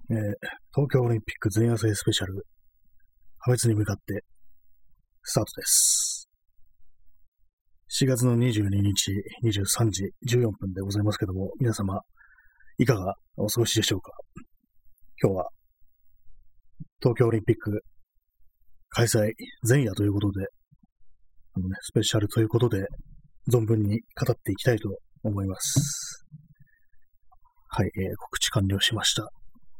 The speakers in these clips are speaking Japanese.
東京オリンピック前夜祭スペシャル、破滅に向かってスタートです。4月の22日23時14分でございますけども、皆様、いかがお過ごしでしょうか。今日は東京オリンピック開催前夜ということで、スペシャルということで、存分に語っていきたいと思います。はい、告知完了しました。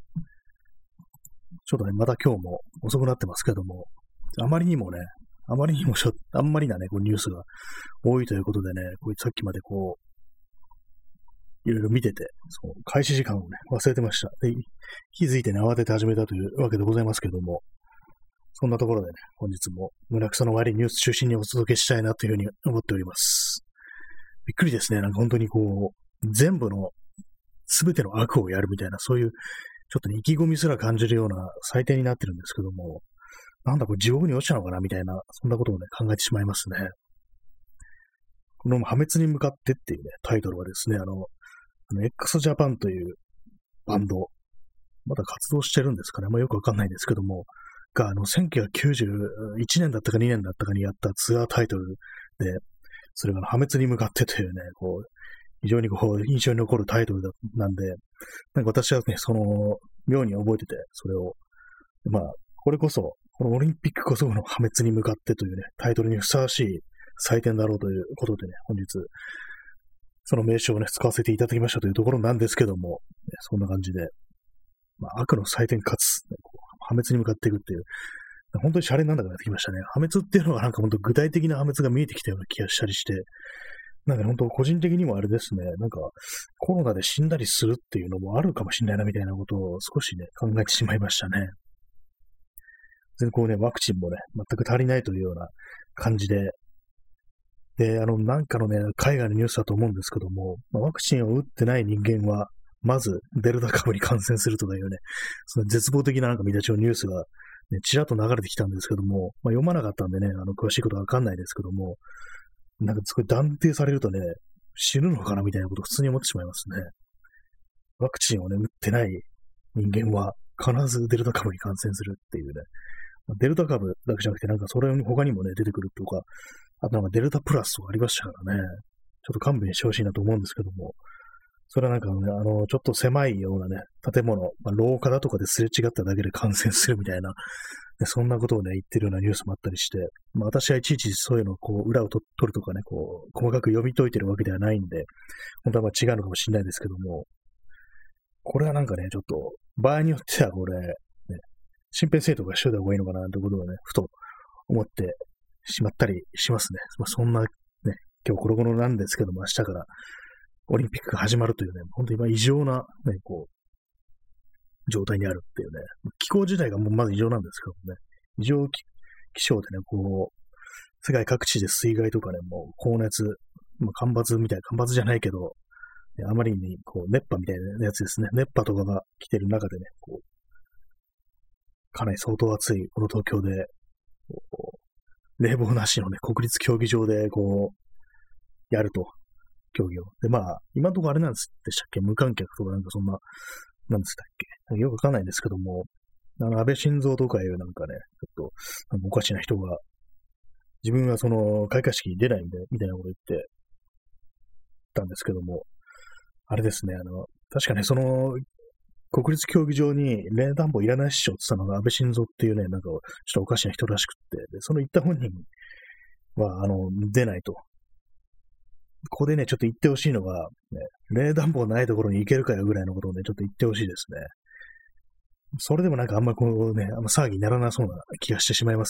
ちょっとね、また今日も遅くなってますけども、あまりになね、こうニュースが多いということでね、さっきまでいろいろ見てて、開始時間をね、忘れてました。で、気づいてね、慌てて始めたというわけでございますけども、そんなところでね、本日も胸くその悪いニュース中心にお届けしたいなというふうに思っております。びっくりですね、なんか本当に全部の、すべての悪をやるみたいな、そういう、ちょっとね、意気込みすら感じるような祭典になってるんですけども、なんだこれ地獄に落ちたのかなみたいな、そんなことをね、考えてしまいますね。この破滅に向かってっていうね、タイトルはですね、x ジャパンというバンド、まだ活動してるんですかね、よくわかんないですけども、が、1991年だったか2年だったかにやったツアータイトルで、それが破滅に向かってというね、非常に印象に残るタイトルなんで、なんか私はね、妙に覚えてて、それを、これこそ、このオリンピックこその破滅に向かってというね、タイトルにふさわしい祭典だろうということでね、本日、その名称をね、使わせていただきましたというところなんですけども、ね、そんな感じで、悪の祭典かつ、ね、破滅に向かっていくっていう、本当にシャレになんなくなってきましたね。破滅っていうのがなんか本当具体的な破滅が見えてきたような気がしたりして、なんか本当個人的にもあれですね、なんかコロナで死んだりするっていうのもあるかもしれないなみたいなことを少しね、考えてしまいましたね。全然ワクチンもね、全く足りないというような感じで、で、なんかのね、海外のニュースだと思うんですけども、ワクチンを打ってない人間は、まずデルタ株に感染するとかいうね、その絶望的ななんか見出しのニュースが、ね、ちらっと流れてきたんですけども、読まなかったんでね、詳しいことはわかんないですけども、なんかすごい断定されるとね、死ぬのかなみたいなことを普通に思ってしまいますね。ワクチンをね、打ってない人間は必ずデルタ株に感染するっていうね、デルタ株だけじゃなくて、なんかそれ他にもね、出てくるとか、あとなんかデルタプラスとかありましたからね、ちょっと勘弁してほしいなと思うんですけども、それはなんかね、ちょっと狭いようなね、建物、廊下だとかですれ違っただけで感染するみたいな、そんなことをね、言ってるようなニュースもあったりして、私はいちいちそういうのを裏を取るとかね、細かく読み解いてるわけではないんで、本当は違うのかもしれないですけども、これはなんかね、ちょっと、場合によってはね、身辺整頓がしといた方がいいのかなということをね、ふと思ってしまったりしますね。そんなね、今日コロコロなんですけども、明日からオリンピックが始まるというね、本当に異常なね、状態にあるっていうね、気候自体がもうまず異常なんですけどもね、異常気象でね、世界各地で水害とかね、もう高熱、干ばつじゃないけど、あまりに熱波みたいなやつですね、熱波とかが来てる中でね、かなり相当暑いこの東京で、冷房なしのね、国立競技場でやると、競技を。で、今のところあれなんでしたっけ、無観客とかなんかそんな、なんですかっけ、よくわかんないんですけども、安倍晋三とかいうなんかね、ちょっと、おかしな人が、自分は開会式に出ないんで、みたいなこと言ってたんですけども、あれですね、確かね、国立競技場に冷暖房いらないっしょって言ったのが安倍晋三っていうね、なんかちょっとおかしな人らしくって、で、その言った本人は、出ないと。ここでね、ちょっと言ってほしいのが、ね、冷暖房ないところに行けるかよぐらいのことをね、ちょっと言ってほしいですね。それでもなんかあんま騒ぎにならなそうな気がしてしまいます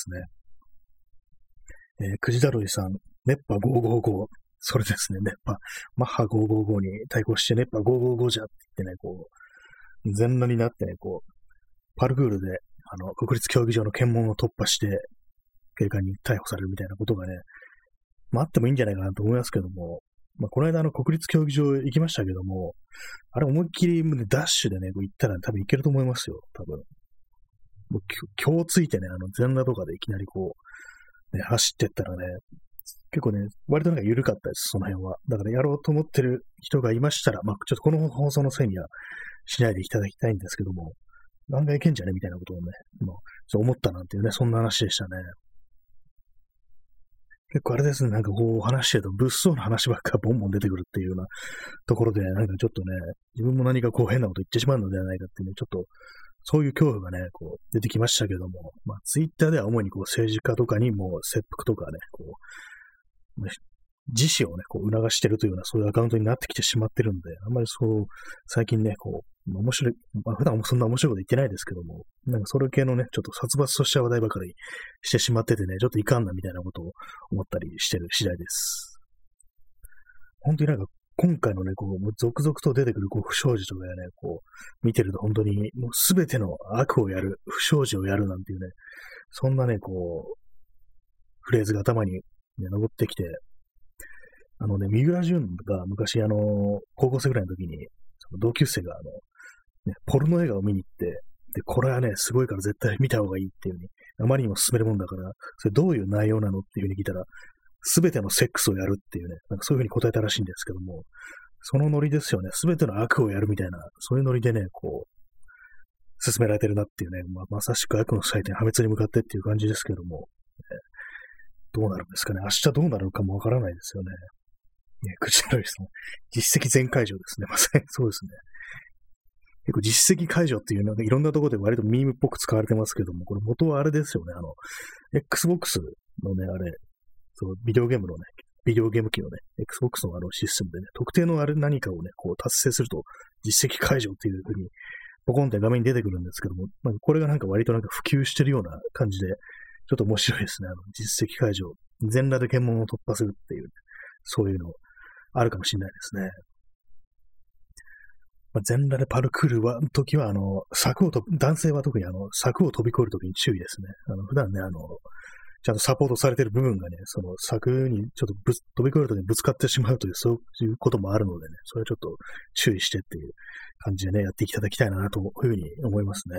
ね。くじだるいさん、熱波555。それですね、熱波。マッハ555に対抗して熱波555じゃって言ってね、全裸になってね、パルクールで、国立競技場の検問を突破して、警官に逮捕されるみたいなことがね、あってもいいんじゃないかなと思いますけども、この間国立競技場行きましたけども、あれ思いっきり、ね、ダッシュでね、行ったら多分行けると思いますよ、多分。もう今日ついてね、全裸とかでいきなりね、走ってったらね、結構ね、割となんか緩かったです、その辺は。だからやろうと思ってる人がいましたら、ちょっとこの放送のせいにはしないでいただきたいんですけども、 ガンガンいけんじゃねみたいなことをね、もうちょっと思ったなんていうね、そんな話でしたね。結構あれですね、なんかこう話してると物騒な話ばっかボンボン出てくるっていうようなところで、なんかちょっとね、自分も何かこう変なこと言ってしまうのではないかっていうね、ちょっとそういう恐怖がね、こう出てきましたけども、まあツイッターでは主にこう政治家とかにもう切腹とかね、こう、自死をね、こう促してるというようなそういうアカウントになってきてしまってるんで、あんまりそう、最近ね、こう、面白い、まあ普段もそんな面白いこと言ってないですけども、なんかそれ系のね、ちょっと殺伐とした話題ばかりしてしまっててね、ちょっといかんなみたいなことを思ったりしてる次第です。本当になんか今回のね、こう、もう続々と出てくるこう不祥事とかね、こう、見てると本当にもうすべての悪をやる、不祥事をやるなんていうね、そんなね、こう、フレーズが頭に、ね、登ってきて、三浦淳が昔、高校生ぐらいの時に、その同級生が、ポルノ映画を見に行って、で、これはね、すごいから絶対見た方がいいっていう風に、あまりにも勧めるもんだから、それどういう内容なのっていう風に聞いたら、すべてのセックスをやるっていうね、なんかそういう風に答えたらしいんですけども、そのノリですよね。すべての悪をやるみたいな、そういうノリでね、こう、進められてるなっていうね、まさしく悪の祭典、破滅に向かってっていう感じですけども、どうなるんですかね。明日どうなるかもわからないですよね。口のですね。実績全解除ですね。まさにそうですね。結構実績解除っていうのがいろんなところで割とミームっぽく使われてますけども、これ元はあれですよね。Xbox のね、あれ、そう、ビデオゲーム機のね、Xbox のシステムでね、特定のあれ何かをね、こう達成すると実績解除っていう風に、ポコンって画面に出てくるんですけども、まあ、これがなんか割となんか普及してるような感じで、ちょっと面白いですね。実績解除。全裸で検問を突破するっていう、ね、そういうのあるかもしれないですね。まあ、全裸でパルクールは、時は、男性は特に柵を飛び越えるときに注意ですね。普段ね、ちゃんとサポートされている部分がね、その柵にちょっと飛び越えるときにぶつかってしまうという、そういうこともあるのでね、それはちょっと注意してっていう感じでね、やっていただきたいなというふうに思いますね。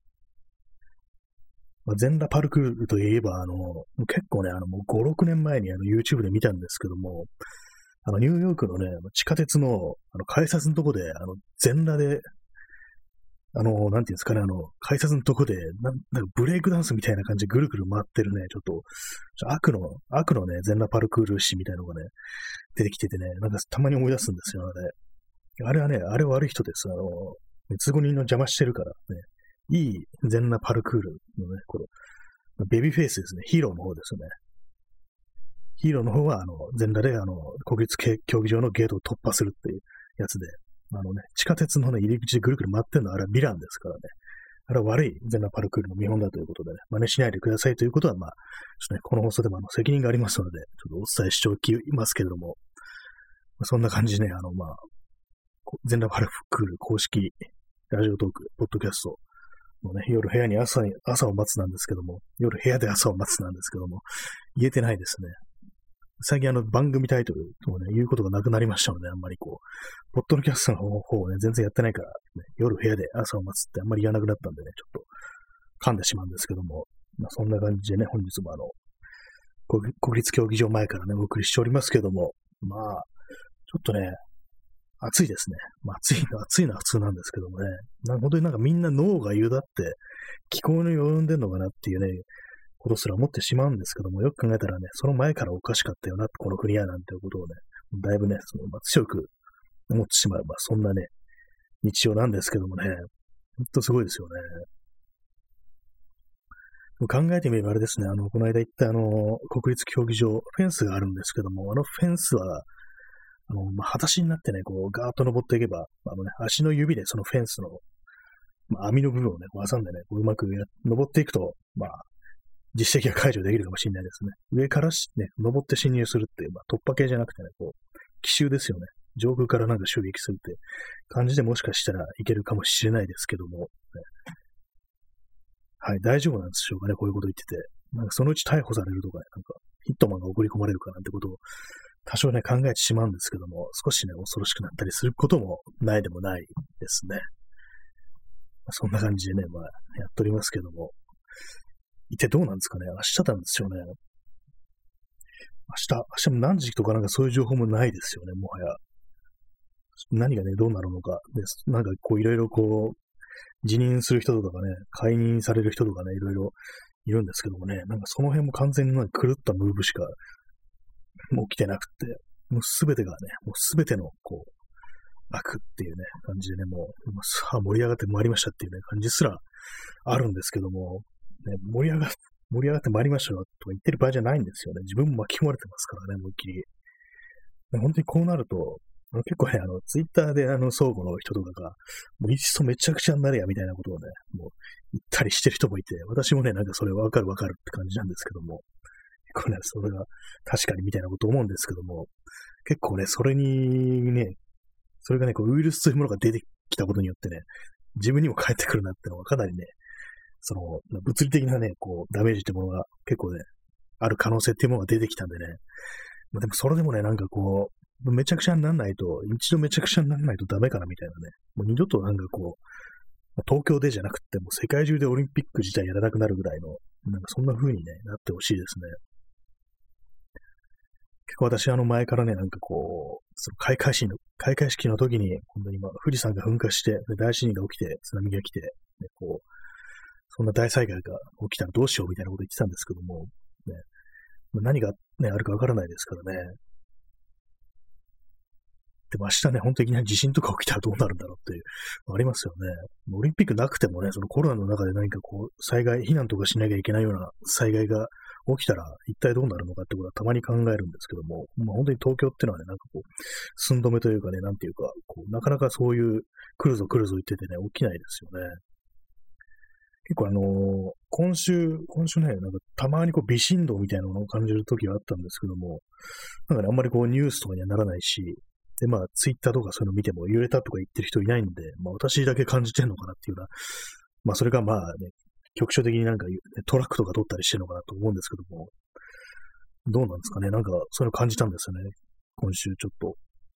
まあ、全裸パルクールといえば、結構ね、もう5、6年前にYouTube で見たんですけども、ニューヨークのね、地下鉄の、改札のとこで、全裸で、なんていうんですかね、改札のとこで、なんかブレイクダンスみたいな感じでぐるぐる回ってるね、ちょっと、悪のね、全裸パルクール師みたいなのがね、出てきててね、なんかたまに思い出すんですよ、あれ。あれはね、あれ悪い人です。都合人の邪魔してるからね、いい全裸パルクールのね、この、ベビーフェイスですね、ヒーローの方ですね。ヒーローの方は、全裸で、国立競技場のゲートを突破するっていうやつで、地下鉄のね、入り口でぐるぐる回ってるのは、あれはヴィランですからね。あれは悪い全裸パルクールの見本だということでね、真似しないでくださいということは、まあ、ちょっとね、この放送でも責任がありますので、ちょっとお伝えしておきますけれども、そんな感じでね、まあ、全裸パルクール公式ラジオトーク、ポッドキャストのね、夜部屋に朝を待つなんですけども、夜部屋で朝を待つなんですけども、言えてないですね。最近番組タイトルとね、言うことがなくなりましたので、あんまりこう、ポッドキャストの方をね、全然やってないから、ね、夜部屋で朝を待つってあんまり言わなくなったんでね、ちょっと噛んでしまうんですけども、まあ、そんな感じでね、本日も国立競技場前からね、お送りしておりますけども、まあ、ちょっとね、暑いですね。まあ、暑いのは普通なんですけどもね、本当になんかみんな脳が湯だって気候に及んでんのかなっていうね、ことすら思ってしまうんですけども、よく考えたらね、その前からおかしかったよな、この国はなんていうことをね、だいぶね、強く思ってしまう、まあ、そんなね、日常なんですけどもね、ほんとすごいですよね。考えてみればあれですね、この間行った国立競技場、フェンスがあるんですけども、フェンスは、まあ、裸足になってね、こう、ガーッと登っていけば、足の指でそのフェンスの、まあ、網の部分をね、こう挟んでね、こううまく登っていくと、まあ、実績が解除できるかもしれないですね。上からね、登って侵入するっていう、まあ、突破系じゃなくてね、こう、奇襲ですよね。上空からなんか襲撃するって感じでもしかしたらいけるかもしれないですけども、ね、はい、大丈夫なんでしょうかね、こういうこと言ってて。なんかそのうち逮捕されるとかね、なんかヒットマンが送り込まれるかなんてことを多少ね、考えてしまうんですけども、少しね、恐ろしくなったりすることもないでもないですね。そんな感じでね、まあ、やっておりますけども。一体どうなんですかね。明日なんですよね。明日も何時とかなんかそういう情報もないですよね、もはや。何がね、どうなるのか。なんかこういろいろこう、 辞任する人とかね、解任される人とかね、いろいろいるんですけどもね、なんかその辺も完全に狂ったムーブしかもう起きてなくって、もうすべてがね、もうすべてのこう、悪っていうね、感じでね、もうさあ盛り上がってまいりましたっていうね、感じすらあるんですけども、ね、盛り上がってまいりましたよとか言ってる場合じゃないんですよね。自分も巻き込まれてますからね、思いっきり。本当にこうなると、結構ね、ツイッターで相互の人とかが、もういっそめちゃくちゃになれや、みたいなことをね、もう言ったりしてる人もいて、私もね、なんかそれわかるって感じなんですけども、結構ね、それが確かにみたいなこと思うんですけども、結構ね、それがね、こうウイルスというものが出てきたことによってね、自分にも返ってくるなってのはかなりね、その、物理的なね、こう、ダメージってものが結構ね、ある可能性っていうものが出てきたんでね、でもそれでもね、なんかこう、めちゃくちゃにならないと、一度めちゃくちゃにならないとダメかなみたいなね、もう二度となんかこう、東京でじゃなくても世界中でオリンピック自体やらなくなるぐらいの、なんかそんな風にね、なってほしいですね。結構私前からね、なんかこう、その開会式の時に、本当に富士山が噴火して、大地震が起きて、津波が来て、ね、こう、そんな大災害が起きたらどうしようみたいなこと言ってたんですけども、ね、何がね、あるかわからないですからね。でも明日ね、本当にいきなり地震とか起きたらどうなるんだろうっていうのありますよね。オリンピックなくてもね、そのコロナの中で何かこう、避難とかしなきゃいけないような災害が起きたら一体どうなるのかってことはたまに考えるんですけども、本当に東京ってのはね、なんかこう、寸止めというかね、なんていうか、こうなかなかそういう来るぞ来るぞ言っててね、起きないですよね。結構今週ね、なんかたまにこう微振動みたいなのを感じる時があったんですけども、なんかね、あんまりこうニュースとかにはならないし、で、ツイッターとかそういうの見ても揺れたとか言ってる人いないんで、私だけ感じてんのかなっていうような、それがね、局所的になんかトラックとか通ったりしてるのかなと思うんですけども、どうなんですかね、なんかそういうの感じたんですよね、今週ちょっと。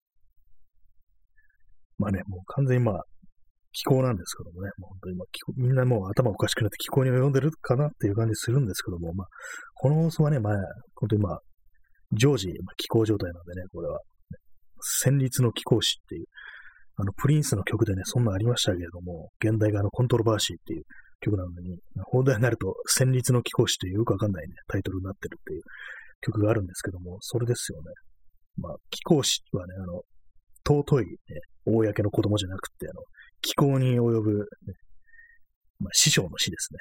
もう完全に気候なんですけどもね、もう本当にみんなもう頭おかしくなって気候に及んでるかなっていう感じするんですけども、この放送はね、本当に常時、気候状態なんでね、これは。旋律の貴公子っていう、プリンスの曲でね、そんなありましたけれども、現代がコントロバーシーっていう曲なのに、放題になると、旋律の貴公子というよくわかんないね、タイトルになってるっていう曲があるんですけども、それですよね。貴公子はね、尊い、ね、公の子供じゃなくて、貴公に及ぶ、ね、師匠の師ですね。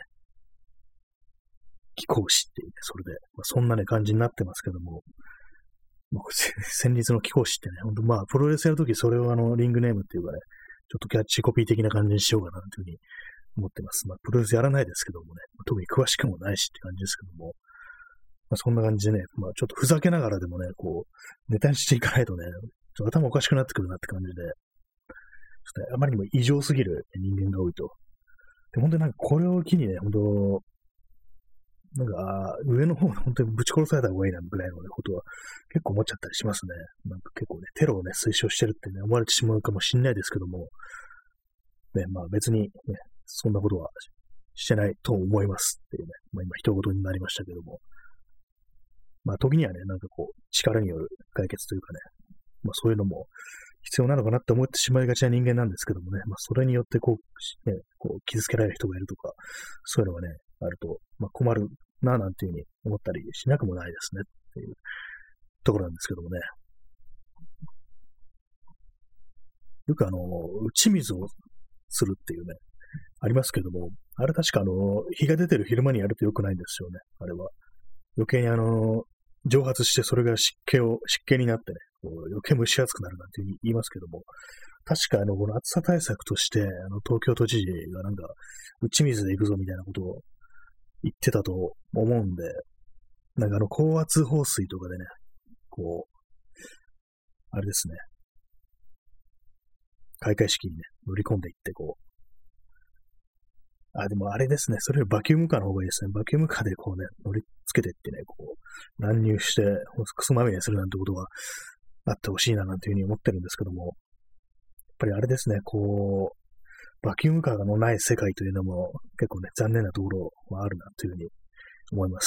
貴公子っていうね、それで、そんなね、感じになってますけども、戦慄の貴公子ってね、ほんとプロレスやるときそれをリングネームっていうかね、ちょっとキャッチコピー的な感じにしようかなというふうに思ってます。プロレスやらないですけどもね、特に詳しくもないしって感じですけども、そんな感じでね、ちょっとふざけながらでもね、こう、ネタにしていかないとね、ちょっと頭おかしくなってくるなって感じで、ちょっとあまりにも異常すぎる人間が多いと。で、本当になんかこれを機にね、本当なんか、上の方で本当にぶち殺された方がいいな、ぐらいの、ね、ことは結構思っちゃったりしますね。なんか結構ね、テロをね、推奨してるってね、思われてしまうかもしれないですけども、ね、別にね、そんなことはしてないと思いますっていうね、今一言になりましたけども、時にはね、なんかこう、力による解決というかね、そういうのも必要なのかなって思ってしまいがちな人間なんですけどもね、それによってこう、ね、こう傷つけられる人がいるとか、そういうのがね、あると、困るな、なんていうふうに思ったりしなくもないですね、っていうところなんですけどもね。よく打ち水をするっていうね、ありますけども、あれ確か日が出てる昼間にやると良くないんですよね、あれは。余計に蒸発してそれが湿気になってね、こう余計蒸し暑くなるなんていうふうに言いますけども、確かこの暑さ対策として、東京都知事がなんか、打ち水で行くぞみたいなことを言ってたと思うんで、なんか高圧放水とかでね、こう、あれですね、開会式にね、乗り込んでいって、こう、でもあれですね、それよりバキュームカーの方がいいですね。バキュームカーでこうね、乗りつけていってね、こう、乱入して、くすまみれにするなんてことがあってほしいななんていうふうに思ってるんですけども、やっぱりあれですね、こう、バキュームカーのない世界というのも結構ね、残念なところはあるなというふうに思います。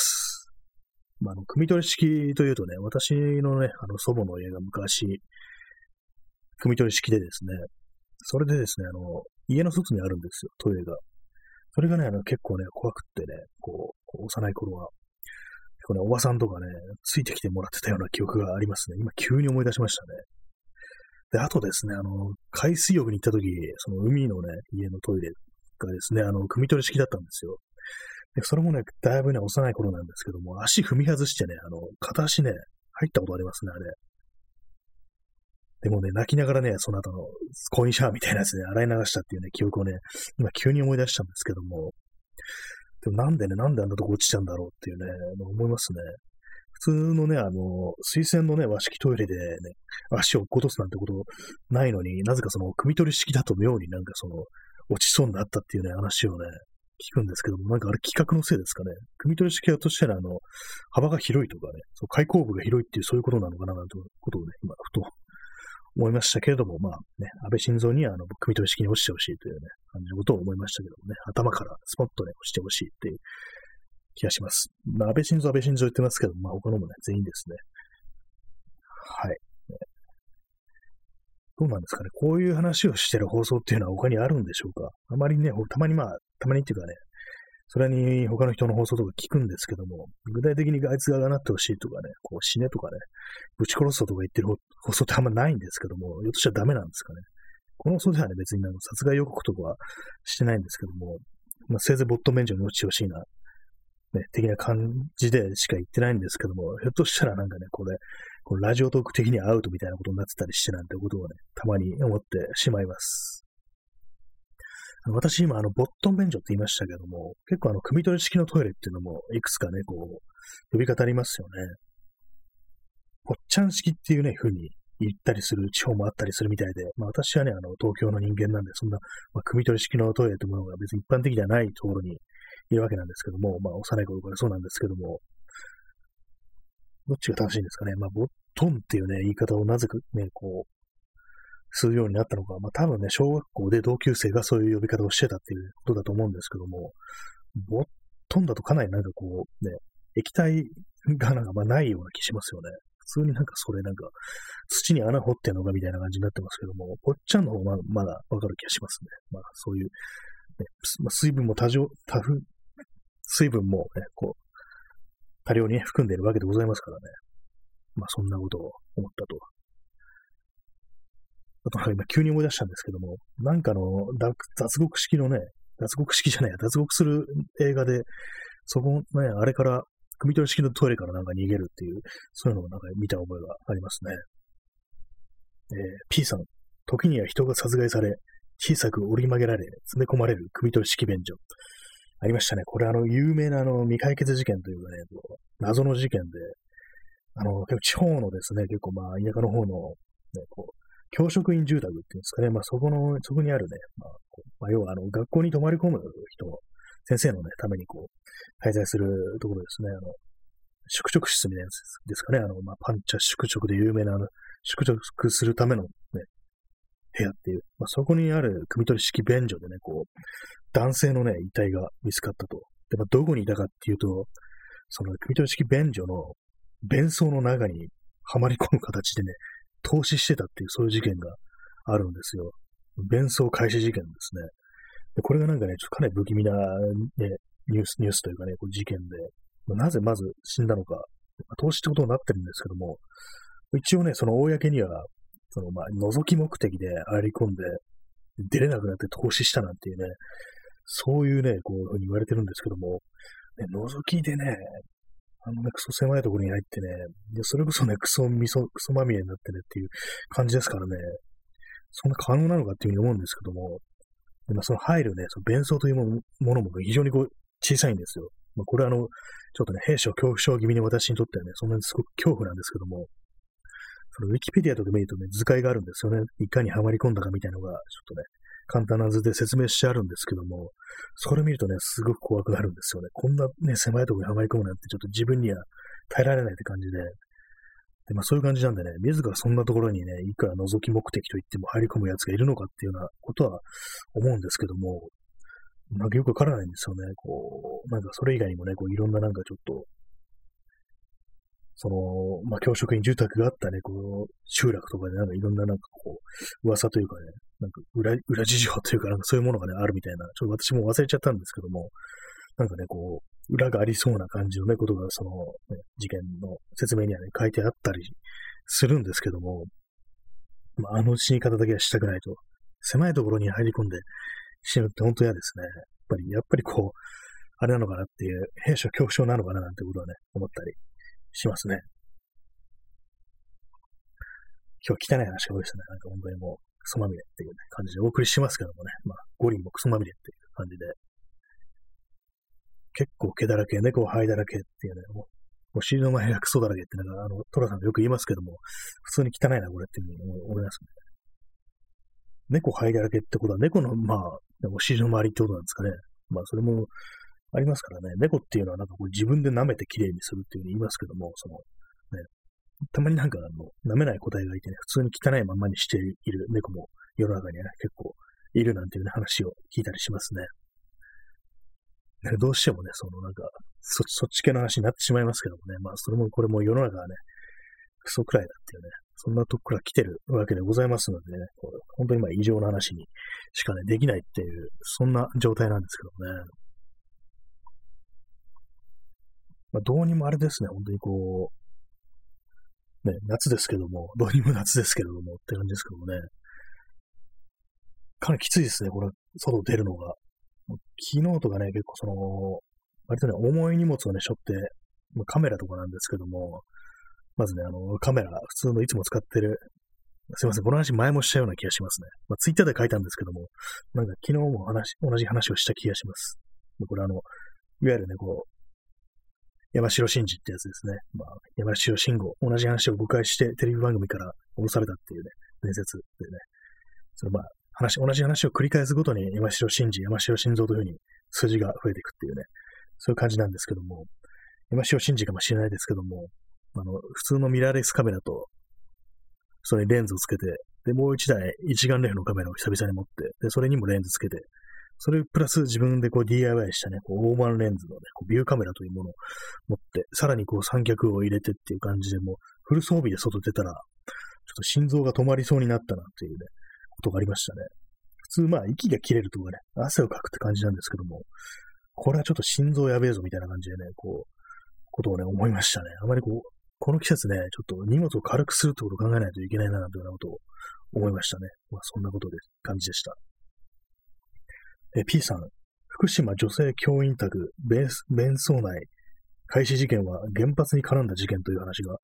汲み取り式というとね、私のね、祖母の家が昔、汲み取り式でですね、 それでですね、家の外にあるんですよ、トイレが。それがね、結構ね、怖くってね、幼い頃は、結構ね、おばさんとかね、ついてきてもらってたような記憶がありますね。今、急に思い出しましたね。で、あとですね、海水浴に行った時、その海のね、家のトイレがですね、汲み取り式だったんですよ。で、それもね、だいぶね、幼い頃なんですけども、足踏み外してね、片足ね、入ったことありますね、あれ。でもね、泣きながらね、その後のコインシャワーみたいなやつで洗い流したっていうね、記憶をね、今急に思い出したんですけども、でもなんであんなとこ落ちちゃうんだろうっていうね、思いますね。普通のね、水洗のね、和式トイレでね、足を落っことすなんてことないのに、なぜかその、汲み取り式だと妙になんかその、落ちそうになったっていうね、話をね、聞くんですけども、なんかあれ企画のせいですかね。汲み取り式だとしたら、幅が広いとかね、そう開口部が広いっていうそういうことなのかななんてことをね、今、ふと思いましたけれども、まあね、安倍晋三には汲み取り式に落ちてほしいというね、感じのことを思いましたけどもね、頭からスポッとね、落ちてほしいっていう気がします。まあ、安倍晋三言ってますけど、まあ他のもね、全員ですね。はい。どうなんですかね。こういう話をしてる放送っていうのは他にあるんでしょうか。あまりね、たまにっていうかね、それに他の人の放送とか聞くんですけども、具体的にあいつがなってほしいとかね、死ねとかね、ぶち殺すとか言ってる放送ってあんまないんですけども、ひょっとしたらダメなんですかね。この放送ではね、別に殺害予告とかはしてないんですけども、まあ、せいぜいボット免除に落ちてほしいな、ね、的な感じでしか言ってないんですけども、ひょっとしたらなんかね、これラジオトーク的にアウトみたいなことになってたりしてなんてことをね、たまに思ってしまいます。私今、ボットン便所って言いましたけども、結構汲み取り式のトイレっていうのも、いくつかね、呼び方ありますよね。ぽっちゃん式っていうね、風に言ったりする地方もあったりするみたいで、まあ私はね、東京の人間なんで、そんな、汲み取り式のトイレというものが別に一般的ではないところにいるわけなんですけども、まあ幼い頃からそうなんですけども、どっちが正しいんですかね。まあ、ボットンっていうね、言い方をなぜかね、するようになったのか、まあ多分ね、小学校で同級生がそういう呼び方をしてたっていうことだと思うんですけども、ボットンだとかなりなんかね、液体がなんかないような気しますよね。普通になんかそれなんか、土に穴掘ってんのかみたいな感じになってますけども、ぽっちゃんの方がまだわかる気がしますね。まあそういう、ね、まあ、水分も水分もね、多量に、ね、含んでいるわけでございますからね。まあそんなことを思ったと。あと今急に思い出したんですけども、なんか脱獄式のね、脱獄式じゃないや、脱獄する映画で、そこね、あれから、汲み取り式のトイレからなんか逃げるっていう、そういうのをなんか見た覚えがありますね。P さん、時には人が殺害され、小さく折り曲げられ、詰め込まれる汲み取り式便所。ありましたね。これ有名な未解決事件というかね、謎の事件で、結構地方のですね、結構まあ田舎の方の、ね、教職員住宅っていうんですかね、まあそこにあるね、要は学校に泊まり込む人、先生のね、ために滞在するところですね、宿直室みたいなやつですかね、パンチャ宿直で有名な宿直するためのね、部屋っていう、まあそこにある汲み取り式便所でね、男性のね、遺体が見つかったと。で、まあどこにいたかっていうと、その汲み取り式便所の便槽の中にはまり込む形でね、投資してたっていう、そういう事件があるんですよ。便槽開始事件ですね。で、これがなんかね、ちょっとかなり不気味な、ね、ニュースというかね、事件で、なぜまず死んだのか、投資ってことになってるんですけども、一応ね、その公には、覗き目的で入り込んで、出れなくなって投資したなんていうね、そういうね、こういうふうに言われてるんですけども、ね、覗きでね、クソ狭いところに入ってね、でそれこそね、クソまみれになってねっていう感じですからね、そんな可能なのかっていうふうに思うんですけども、でその入るね、その便槽というものも非常に小さいんですよ。まあ、これはちょっとね、兵所恐怖症気味に私にとってはね、そんなにすごく恐怖なんですけども、そのウィキペディアとか見るとね、図解があるんですよね。いかにはまり込んだかみたいなのが、ちょっとね、簡単な図で説明してあるんですけども、それ見るとね、すごく怖くなるんですよね。こんなね、狭いところにはまり込むなんて、ちょっと自分には耐えられないって感じで、で、まあそういう感じなんでね、自らそんなところにね、いくら覗き目的と言っても入り込む奴がいるのかっていうようなことは思うんですけども、なんかよくわからないんですよね。なんかそれ以外にもね、いろんななんかちょっと、まあ、教職員住宅があったね、集落とかでなんかいろんななんか噂というかね、 なんか裏事情というか、なんかそういうものがね、あるみたいな、ちょっと私も忘れちゃったんですけども、なんかね、こう、裏がありそうな感じのね、ことが、その、ね、事件の説明にはね、書いてあったりするんですけども、まあ、あの死に方だけはしたくないと。狭いところに入り込んで死ぬって本当嫌ですね。やっぱりこう、あれなのかなっていう、兵所恐怖症なのかななんてことはね、思ったりしますね。今日は汚い話が多いですね。なんか本当にもう、クソまみれっていう、ね、感じでお送りしますけどもね。まあ、ゴリもクソまみれっていう感じで。結構毛だらけ、猫灰だらけっていうね、お尻の前がクソだらけって、なんかトラさんがよく言いますけども、普通に汚いな、これっていうふうに思いますね。猫灰だらけってことは、猫の、まあ、お尻の周りってことなんですかね。まあ、それもありますからね。猫っていうのはなんかこう自分で舐めて綺麗にするっていうふうに言いますけども、ね、たまになんか舐めない個体がいてね、普通に汚いままにしている猫も世の中にはね、結構いるなんていう、ね、話を聞いたりしますね。どうしてもね、なんか、そっち系の話になってしまいますけどもね、まあ、これも世の中はね、クソくらいだっていうね、そんなとこから来てるわけでございますのでね、本当にまあ異常な話にしかね、できないっていう、そんな状態なんですけどね。まあ、どうにもあれですね、本当にこう、ね、夏ですけども、どうにも夏ですけれどもって感じですけどもね、かなりきついですね、これ、外出るのが。昨日とかね、結構割とね、重い荷物をね、背負って、カメラとかなんですけども、まずね、カメラ、普通のいつも使ってる、すいません、この話前もしたような気がしますね。まあ、ツイッターで書いたんですけども、なんか昨日も同じ話をした気がします。これいわゆるね、こう、山城真司ってやつですね。まあ、山城慎吾、同じ話を誤解してテレビ番組から降ろされたっていうね、伝説でね、まあ、同じ話を繰り返すごとに山城真司、山城晋三というふうに数字が増えていくっていうね、そういう感じなんですけども、山城真司かもしれないですけども、普通のミラーレスカメラと、それにレンズをつけて、で、もう一台一眼レフのカメラを久々に持って、で、それにもレンズつけて、それプラス自分でこう DIY したね、こうオーバーレンズのね、こうビューカメラというものを持って、さらにこう三脚を入れてっていう感じで、もうフル装備で外出たら、ちょっと心臓が止まりそうになったなっていうね、ことがありましたね。普通まあ息が切れるとかね、汗をかくって感じなんですけども、これはちょっと心臓やべえぞみたいな感じでね、ことをね、思いましたね。あまりこの季節ね、ちょっと荷物を軽くするってことを考えないといけないな、というようなことを思いましたね。まあそんなことで、感じでした。P さん、福島女性教員宅、弁装内、開始事件は原発に絡んだ事件という話が、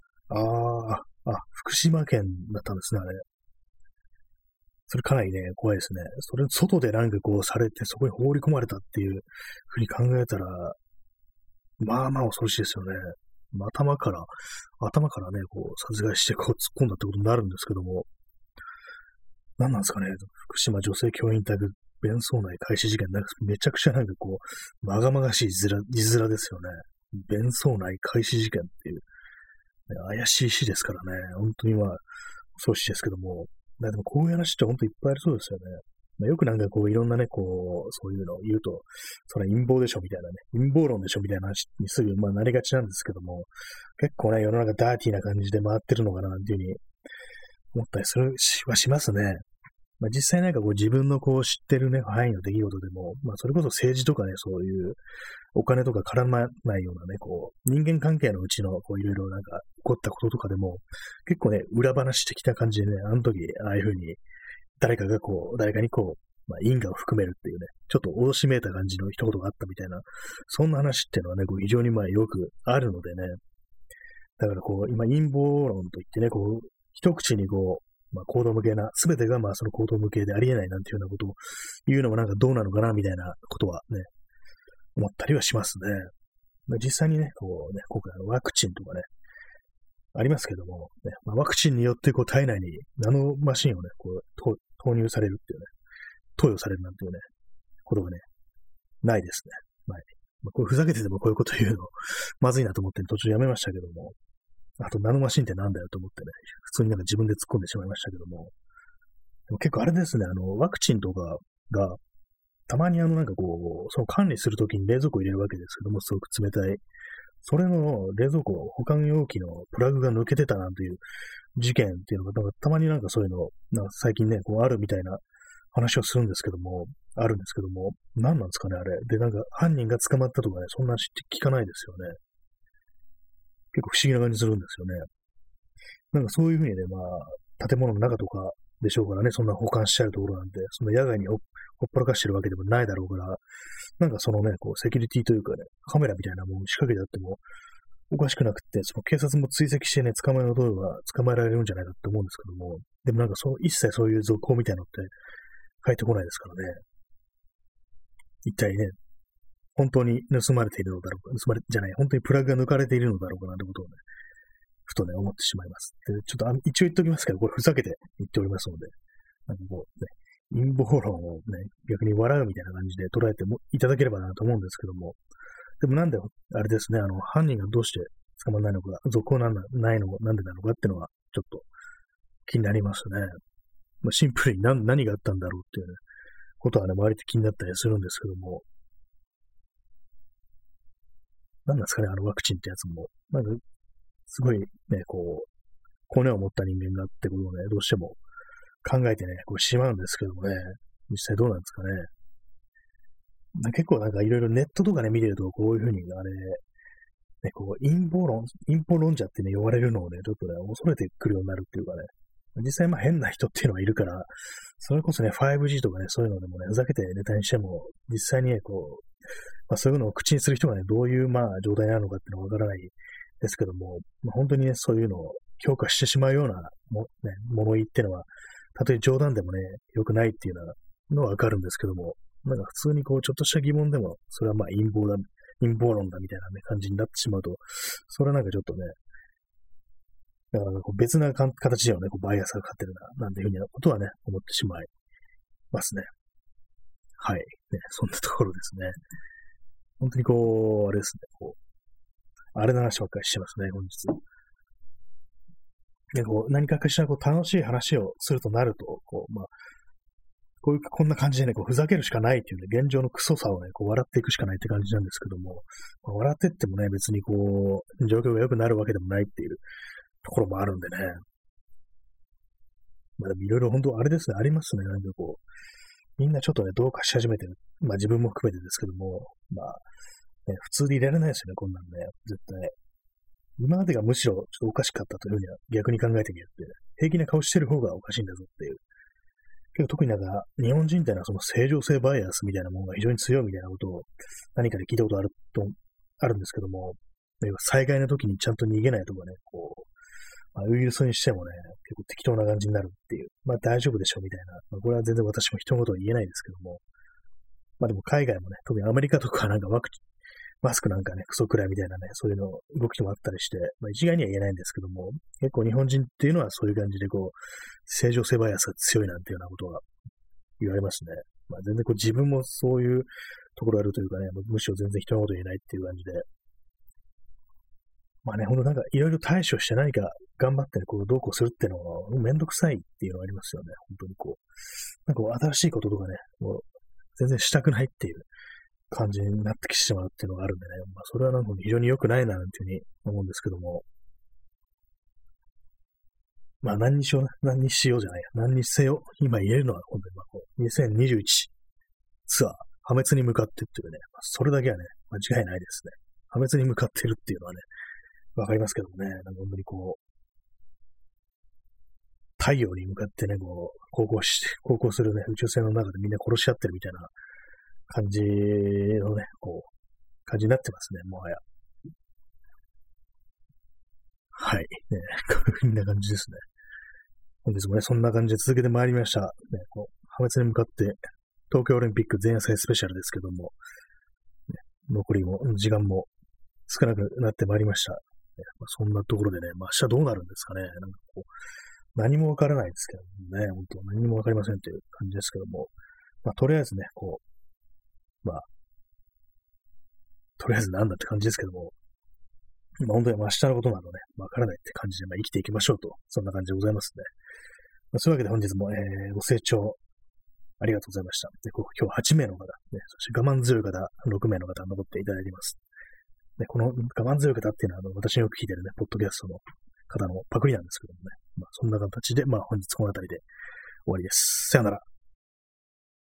福島県だったんですね、あれ。それかなりね、怖いですね。それ、外でなんかされて、そこに放り込まれたっていうふうに考えたら、まあまあ恐ろしいですよね。頭からね、殺害して突っ込んだってことになるんですけども、何なんですかね、福島女性教員宅、弁装内開始事件、なんかめちゃくちゃなんかまがまがしい字面ですよね。弁装内開始事件っていう、ね、怪しい詩ですからね、本当に恐ろしいですけども、でもこういう話って本当いっぱいありそうですよね。よくなんかいろんなね、そういうのを言うと、それ陰謀でしょみたいなね、陰謀論でしょみたいな話にすぐなりがちなんですけども、結構ね、世の中ダーティーな感じで回ってるのかなっていうふうに思ったりしますね。実際なんか自分の知ってるね、範囲の出来事でも、それこそ政治とかね、そういうお金とか絡まないようなね、人間関係のうちのいろいろなんか起こったこととかでも、結構ね、裏話的な感じでね、あの時、ああいうふうに、誰かに因果を含めるっていうね、ちょっと脅しめいた感じの一言があったみたいな、そんな話っていうのはね、非常によくあるのでね、だから今陰謀論といってね、一口に行動無形な、すべてがその行動無形でありえないなんていうようなことを言うのもなんかどうなのかなみたいなことはね、思ったりはしますね。実際にね、今回ワクチンとかね、ありますけども、ね、ワクチンによって体内にナノマシンをね、投入されるっていうね、投与されるなんていうね、ことがね、ないですね。はい。ふざけててもこういうこと言うの、まずいなと思って途中やめましたけども、あとナノマシンってなんだよと思ってね、普通になんか自分で突っ込んでしまいましたけども、でも結構あれですね、ワクチンとかが、たまになんかその管理するときに冷蔵庫入れるわけですけども、すごく冷たい。それの冷蔵庫保管容器のプラグが抜けてたなんていう事件っていうのが、なんかたまになんかそういうの、なんか最近ね、こうあるみたいな話をするんですけども、あるんですけども、何なんですかね、あれ。で、なんか犯人が捕まったとかね、そんな話って聞かないですよね。結構不思議な感じするんですよね。なんかそういうふうにね、まあ、建物の中とかでしょうからね、そんな保管しちゃうところなんで、その野外にほっぽらかしてるわけでもないだろうから、なんかそのね、こう、セキュリティというかね、カメラみたいなもの仕掛けてあってもおかしくなくて、その警察も追跡してね、捕まえようと思えば捕まえられるんじゃないかって思うんですけども、でもなんか一切そういう続報みたいなのって書いてこないですからね。一体ね、本当に盗まれているのだろうか、盗まれじゃない、本当にプラグが抜かれているのだろうかなんてことをね、ふとね、思ってしまいます。で、ちょっと一応言っておきますけど、これふざけて言っておりますので、なんかこうね、陰謀論をね、逆に笑うみたいな感じで捉えてもいただければなと思うんですけども、でもなんで、あれですね、犯人がどうして捕まらないのか、続報なんだないのなんでなのかっていうのは、ちょっと気になりますね。まあ、シンプルに何があったんだろうっていうね、ことはね、割と気になったりするんですけども、何なんですかね、ワクチンってやつも。なんか、すごいね、こう、骨を持った人間がってことをね、どうしても考えてね、こうしまうんですけどもね、実際どうなんですかね。結構なんかいろいろネットとかね、見てると、こういうふうに、あれ、ね、こう、陰謀論者ってね、呼ばれるのをね、ちょっとね、恐れてくるようになるっていうかね、実際まあ変な人っていうのはいるから、それこそね、5G とかね、そういうのでもね、ふざけてネタにしても、実際にね、こう、まあそういうのを口にする人がね、どういうまあ状態なのかっていうのはわからないですけども、まあ、本当にね、そういうのを評価してしまうような物言いっていうのは、たとえ冗談でもね、良くないっていうのはわかるんですけども、なんか普通にこう、ちょっとした疑問でも、それはまあ陰謀論だみたいなね、感じになってしまうと、それはなんかちょっとね、だからこう別な形ではね、こうバイアスがかかってるな、なんていうふうなことはね、思ってしまいますね。はい。ね、そんなところですね。本当にこう、あれですね、こう、あれの話ばっかりしてますね、本日。で、こう、何かしらこう楽しい話をするとなると、こう、まあ、こんな感じでね、こう、ふざけるしかないっていうね、現状のクソさをね、こう、笑っていくしかないって感じなんですけども、まあ、笑ってってもね、別にこう、状況が良くなるわけでもないっていうところもあるんでね。まあでもいろいろ本当あれですね、ありますね。なんかこう、みんなちょっとね、どうかし始めてる。まあ自分も含めてですけども、まあ、ね、普通でいられないですよね、こんなんね。絶対。今までがむしろちょっとおかしかったというふうには逆に考えてみるって、平気な顔してる方がおかしいんだぞっていう。けど特になんか、日本人ってのはその正常性バイアスみたいなものが非常に強いみたいなことを何かで聞いたことあるんですけども、災害の時にちゃんと逃げないとかね、こう、まあ、ウイルスにしてもね、結構適当な感じになるっていう、まあ大丈夫でしょみたいな、まあ、これは全然私も人のことは言えないですけども、まあでも海外もね、特にアメリカとかなんかマスクなんかね、クソくらいみたいなね、そういうの動きもあったりして、まあ一概には言えないんですけども、結構日本人っていうのはそういう感じでこう、正常性バイアスが強いなんていうようなことが言われますね。まあ全然こう自分もそういうところあるというかね、むしろ全然人のこと言えないっていう感じで、まあね、ほんとなんかいろいろ対処して何か頑張ってね、こうどうこうするっていうのはめんどくさいっていうのがありますよね。本当にこう。なんかこう新しいこととかね、もう全然したくないっていう感じになってきてしまうっていうのがあるんでね。まあそれはなんか非常に良くないななんていうふうに思うんですけども。まあ何にしようじゃないや。何にせよ、今言えるのは本当にまあこう2021ツアー、破滅に向かってっていうね、まあ、それだけはね、間違いないですね。破滅に向かってるっていうのはね、わかりますけどもね、なんか本当にこう、太陽に向かってね、こう、航行するね、宇宙船の中でみんな殺し合ってるみたいな感じのね、こう、感じになってますね、もはや。はい。ね、こんな感じですね。本日もね、そんな感じで続けてまいりました。ね、こう、破滅に向かって、東京オリンピック前夜祭スペシャルですけども、ね、残りも、時間も少なくなってまいりました。ね、まあ、そんなところでね、まあ、明日どうなるんですかね。なんかこう、何もわからないですけどもね、本当何もわかりませんという感じですけども、まあ、とりあえずね、こう、まあ、とりあえずなんだって感じですけども、まあ、本当に明日のことなどね、わからないって感じで、まあ、生きていきましょうと、そんな感じでございますね。まあ、そういうわけで本日も、ご清聴ありがとうございました。で今日8名の方、ね、そして我慢強い方、6名の方、残っていただいています。でこの我慢強い方っていうのは、私のよく聞いてるね、ポッドキャストの方のパクリなんですけどもね。まあ、そんな形で、まあ、本日この辺りで終わりです。さよなら。